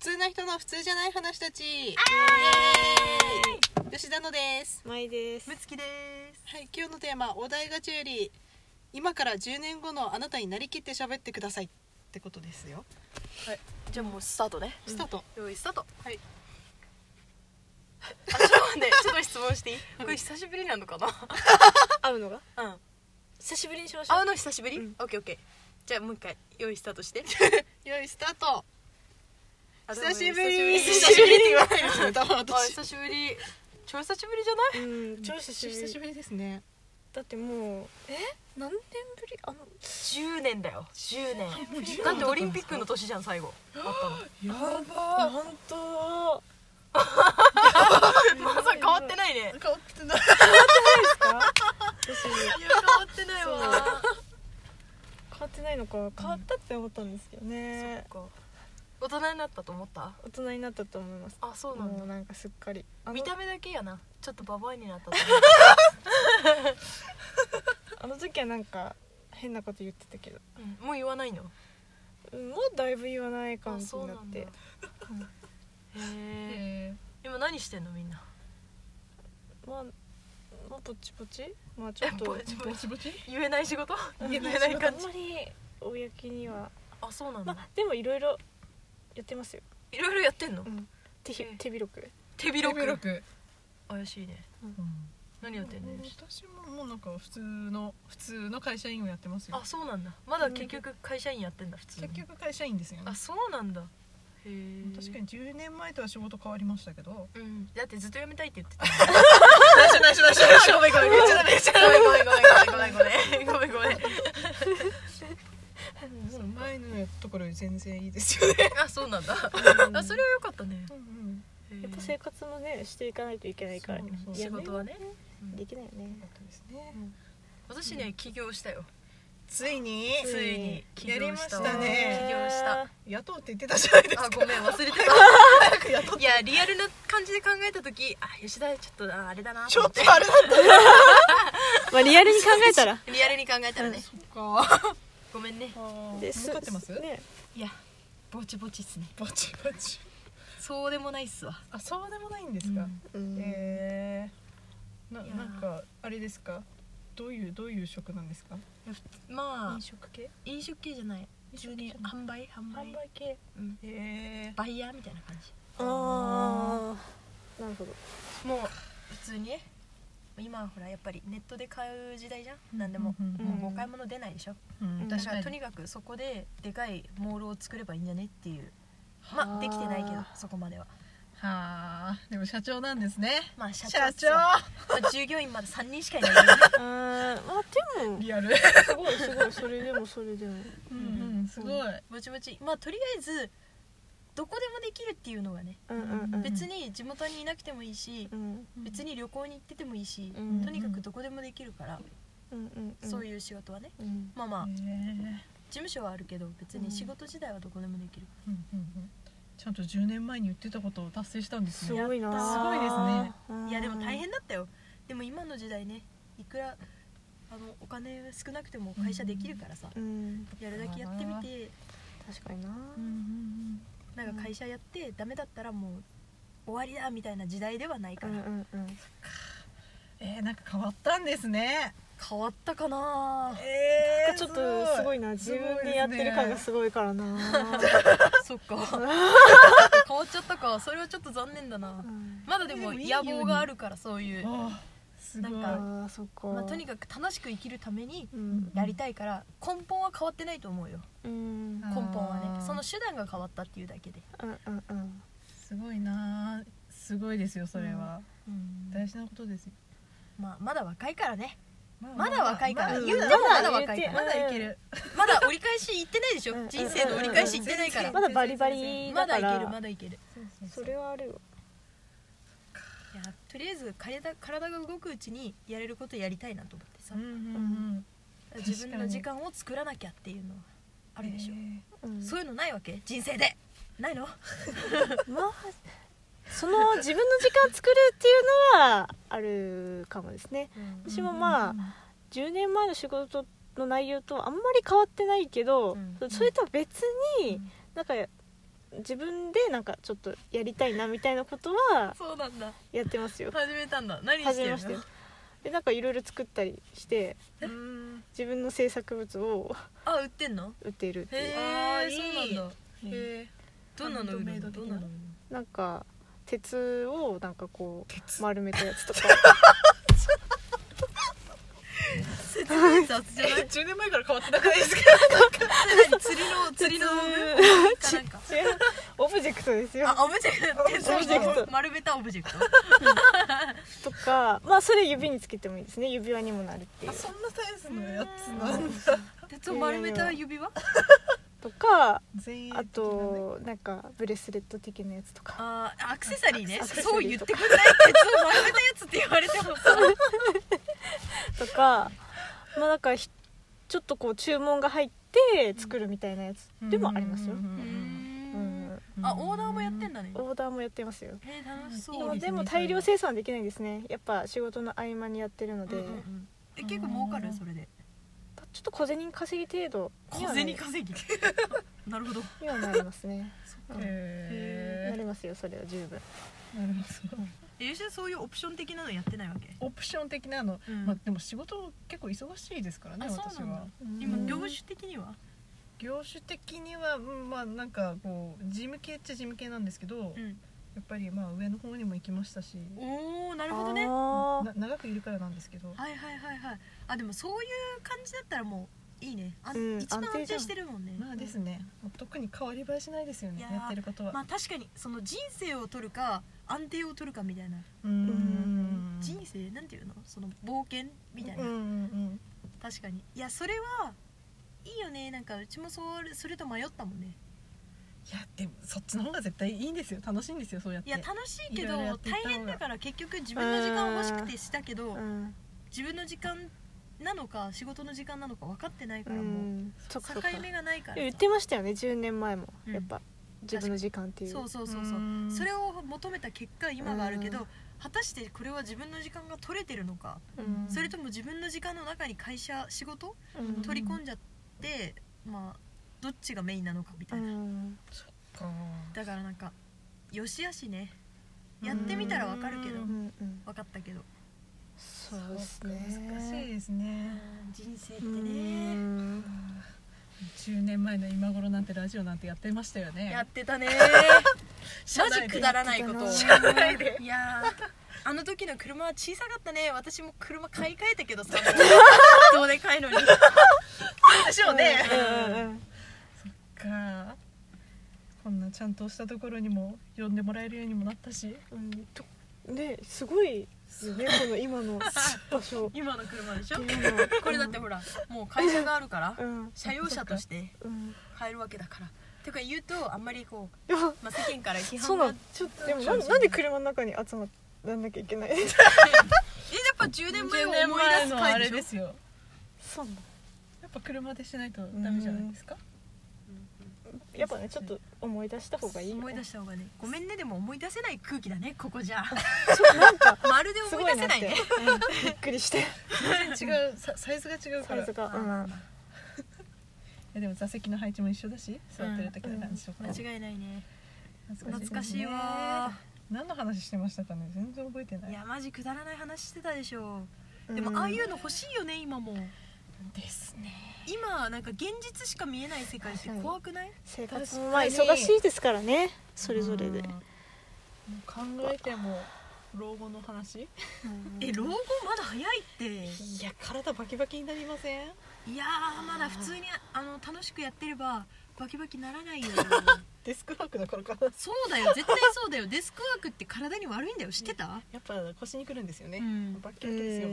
通な人の普通じゃない話たち。イエーイ。吉田のです。 まいです。 むつきです。 はい、今日のテーマ、お題ガチより今から10年後のあなたになりきって喋ってくださいってことですよ。 はい、じゃあもうスタートね。 スタート。 用意スタート。 はい。 ちょっと待って、ちょっと質問していい？これ久しぶりなのかな？ 会うのが？ うん。 久しぶりにしましょう。 会うの久しぶり？ うん、 オッケーオッケー。じゃあもう一回用意スタートして。 用意スタート。久しぶり。 りって言わないですよ。多分私。 久しぶり。超久しぶりじゃない？ うん、超久しぶりですね。 だってもう何年ぶり ？10年だよ。10年。だってオリンピックの年じゃん最後。あったの。 やばー。本当。 まさ変わってないね。 変わってない。 ですか？私いや変わってないわ。 変わってないのか。変わったって思ったんですけどね。 そっか。大人になったと思った？ 大人になったと思います。 あ、そうなんだ。 もうなんかすっかり見た目だけやな。ちょっとババアになったとあの時はなんか変なこと言ってたけど、 もう言わないの？ もうだいぶ言わない感じになって。 へえ。今何してんのみんな？ まあぼちぼち、まあちょっとぼちぼち言えない仕事？言えない感じ。 あんまり公には。 あ、そうなんだ。 まあでもいろいろやってますよ。 いろいろやってんの？ 手広く。 手広く。怪しいね。何やってんの？ 私ももうなんか普通の会社員をやってますよ。 あ、そうなんだ。まだ結局会社員やってんだ普通。 結局会社員ですよね。 あ、そうなんだ。へえ。 確かに10年前とは仕事変わりましたけど。 だってずっと辞めたいって言ってた。 ないしごめん。 前のところより全然いいですよね。 あ、そうなんだ。あ、それは良かったね。 やっぱ生活もねしていかないといけないから、 仕事はねできないよね。 私ね起業したよ。 ついにやりましたね。 起業した。 雇うって言ってたじゃないですか。 あ、ごめん忘れてた。いやリアルな感じで考えた時、あ、吉田ちょっとあれだな。 ちょっとあれだった。 まあリアルに考えたら。 リアルに考えたらね。 そっか。 ごめんね。 儲かってます？ ね。 いやぼちぼちっすね。 ぼち。 そうでもないっすわ。 あ、そうでもないんですか。なんかあれですか。どういう職なんですか。 まあ飲食系じゃない。普通に販売系。 バイヤーみたいな感じ。 ああ、なるほど。 もう普通にね。今はほらやっぱりネットで買う時代じゃん。何でももうお買い物出ないでしょ。だからとにかくそこででかいモールを作ればいいんじゃねっていう。まあできてないけどそこまでは。 はあ、でも社長なんですね。 まあ社長。従業員まだ3人しかいないけどね。 まあでもリアル。 すごいそれでも。すごい。 ぼちぼち。まあとりあえずどこでもできるっていうのがね。別に地元にいなくてもいいし、別に旅行に行っててもいいし、とにかくどこでもできるから。そういう仕事はね。まあ事務所はあるけど別に仕事自体はどこでもできる。 ちゃんと10年前に言ってたことを達成したんですよ。 すごいな。 すごいですね。 いやでも大変だったよ。でも今の時代ね、いくらお金少なくても会社できるからさ、やるだけやってみて。 確かにな。 なんか会社やってダメだったらもう終わりだみたいな時代ではないから。 なんか変わったんですね。 変わったかな。 ちょっとすごいな。自分でやってる感がすごいからな。 そっか。変わっちゃったか。それはちょっと残念だな。まだでも野望があるからそういう。なんかとにかく楽しく生きるためにやりたいから根本は変わってないと思うよ。根本はね。その手段が変わったっていうだけで。 すごいな。すごいですよそれは。大事なことですよ。 まだ若いからね。まだ若いから言ってもまだ若いからまだいける。まだ折り返し行ってないでしょ。人生の折り返し行ってないから。 まだバリバリだから。 まだいける。 それはあるよ。 いやとりあえず体が動くうちにやれることやりたいなと思ってさ。自分の時間を作らなきゃっていうのはあるでしょ。そういうのないわけ？人生でないの？ まあその自分の時間作るっていうのはあるかもですね。私もまあ10年前の仕事の内容とあんまり変わってないけど、それとは別になんか自分でなんかちょっとやりたいなみたいなことはそうなんだ、 やってますよ。 始めたんだ。何してるの？ 始めましたよ。でなんかいろいろ作ったりして自分の制作物を売ってんの？ 売っているっていう。 へえ、そうなんだ。へえ、どんなの売るの？どんなの？ なんか鉄をなんかこう丸めたやつとか説明雑じゃない 10年前から変わってなくないですか？ 釣りのかなんかオブジェクトですよ。 オブジェクト丸めたオブジェクトとか、まあそれ指につけてもいいですね。指輪にもなるっていう。 そんなサイズのやつなんだ。 鉄を丸めた指輪とか、 あとなんかブレスレット的なやつとか。 アクセサリーね。そう言ってくれない。鉄を丸めたやつって言われてもさとか、まあなんかちょっとこう注文が入って作るみたいなやつでもありますよ。 オーダーもやってんだね。 オーダーもやってますよ。 楽しそう。 でも大量生産はできないですね。やっぱ仕事の合間にやってるので。 結構儲かる？それでちょっと小銭稼ぎ程度。 小銭稼ぎなるほど。 にはなりますね。 なりますよ、それは十分。 なるほど。 そういうオプション的なのやってないわけ？ オプション的なの、でも仕事結構忙しいですからね。私は今業種的にはまあなんかこう事務系っちゃ事務系なんですけど、やっぱりまあ上の方にも行きましたし。 なるほどね。 長くいるからなんですけど。 でもそういう感じだったらもういいね。一番安定してるもんね。 まあですね。特に変わり映えしないですよね。やってることは。 まあ確かにその人生を取るか安定を取るかみたいな。人生なんていうの？その冒険みたいな。確かに。いやそれはいいよね。なんかうちもそれと迷ったもんね。 いやでもそっちの方が絶対いいんですよ。楽しいんですよ、そうやって。 いや楽しいけど大変だから、結局自分の時間欲しくてしたけど、自分の時間なのか仕事の時間なのか分かってないから、もう境目がないから。 言ってましたよね、10年前も。やっぱ自分の時間っていう。 そうそれを求めた結果今があるけど、果たしてこれは自分の時間が取れてるのか、それとも自分の時間の中に仕事取り込んじゃって、まあどっちがメインなのかみたいな。 そっか。 だからなんかよしあしね、やってみたら分かるけど、分かったけど。 そうですね。 難しいですね。 人生ってね。 10年前の今頃なんてラジオなんてやってましたよね。 やってたね。マジくだらないことを。いやあの時の車は小さかったね。私も車買い替えたけどさ、どうでかいのに。 そうでしょうね。そっか。こんなちゃんとしたところにも呼んでもらえるようにもなったし。 ね、すごいよね、この今の場所。 今の車でしょ。これだってほらもう会社があるから、社用車として買えるわけだから。てか言うとあんまりこう、世間から批判が。 ちょっとでもなんで車の中に集まらなきゃいけない？やっぱ10年前を思い出す回でしょ。 そうなの。 やっぱ車でしないとダメじゃないですか。 やっぱね、ちょっと思い出した方がいい。 思い出した方がね。ごめんね、でも思い出せない空気だね、ここじゃ。 なんかまるで思い出せないね。 びっくりして。 全然違う、サイズが違うから。でも座席の配置も一緒だし、座ってる時の感じとか。 間違いないね。懐かしいわ。 何の話してましたかね、全然覚えてない。 いやマジくだらない話してたでしょ。でもああいうの欲しいよね、今も。 ですね。 今なんか現実しか見えない世界って怖くない？ 生活もまあ忙しいですからね、それぞれで。 考えても老後の話。 老後まだ早いって。 いや体バキバキになりません？ いやまだ普通に楽しくやってればバキバキならないよ。 デスクワークだからかな。 そうだよ、絶対そうだよ。デスクワークって体に悪いんだよ、知ってた？ やっぱ腰にくるんですよね。バキバキですよ。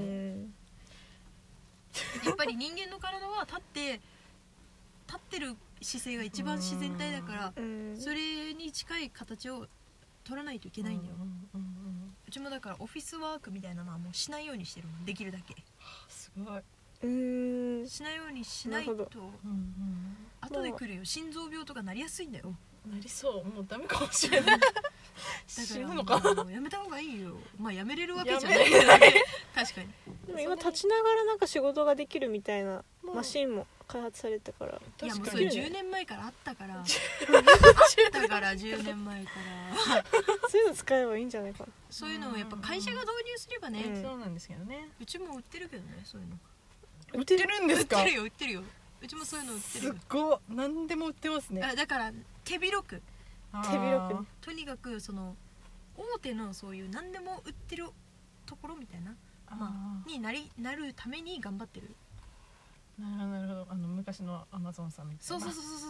やっぱり人間の体は立ってる姿勢が一番自然体だから、それに近い形を取らないといけないんだよ。うちもだからオフィスワークみたいなのはもうしないようにしてるもん、できるだけ。 すごい。 しないようにしないと後で来るよ、心臓病とかなりやすいんだよ。 なりそう。もうダメかもしれない。 死ぬのかやめた方がいいよ。まあやめれるわけじゃない確かに。 でも今立ちながらなんか仕事ができるみたいなマシンも開発されたから。 いやもうそれ10年前からあったからあったから10年前からそういうの使えばいいんじゃないかな。 そういうのをやっぱ会社が導入すればね、 そうなんですけどね。 うちも売ってるけどね、そういうの売ってるんですか。 売ってるよ売ってるよ、うちもそういうの売ってるよ。 すごい、何でも売ってますね。 だから手広くとにかくその大手のそういう何でも売ってるところみたいな、になるために頑張ってる。 なるほど。昔のアマゾンさんみたいな。 そう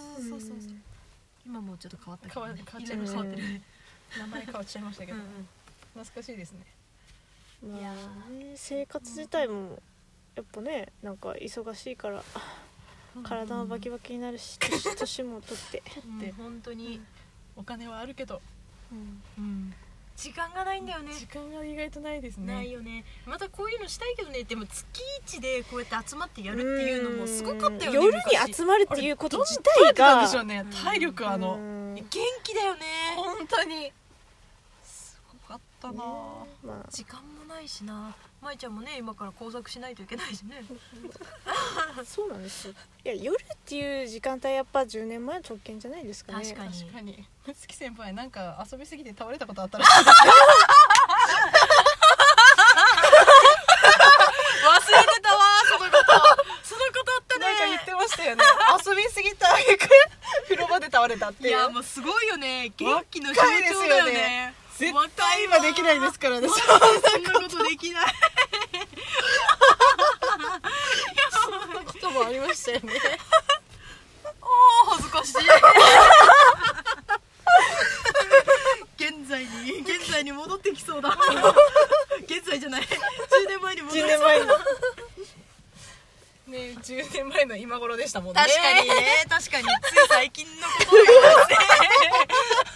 今もうちょっと変わったけど、ね、 変わっちゃいましたね。名前変わっちゃいましたけど、懐かしいですね。 いや生活自体もやっぱね、なんか忙しいから体もバキバキになるし、年も取ってで本当にお金はあるけど、 時間がないんだよね。 時間が意外とないですね。 ないよね。またこういうのしたいけどね。でも月1でこうやって集まってやるっていうのもすごかったよね。 夜に集まるっていうこと自体が体力元気だよね。 本当にすごかったな。 時間もないしな。舞ちゃんもね今から工作しないといけないしね。 そうなんですよ。いや夜っていう時間帯やっぱ10年前の直見じゃないですかね。 確かに。 むつき先輩なんか遊びすぎて倒れたことあったらしいですよ。 忘れてたわそのことあったね。 なんか言ってましたよね。遊びすぎた挙句風呂場で倒れたって。 いやもうすごいよね。元気の象徴だよね。 絶対今できないですからね。そんなことできない。 そんなこともありましたよね。 恥ずかしい。現在に戻ってきそうだ。現在じゃない。10年前に戻ってきそうだ。 ね、10年前の今頃でしたもんね。 確かについ最近のことよね。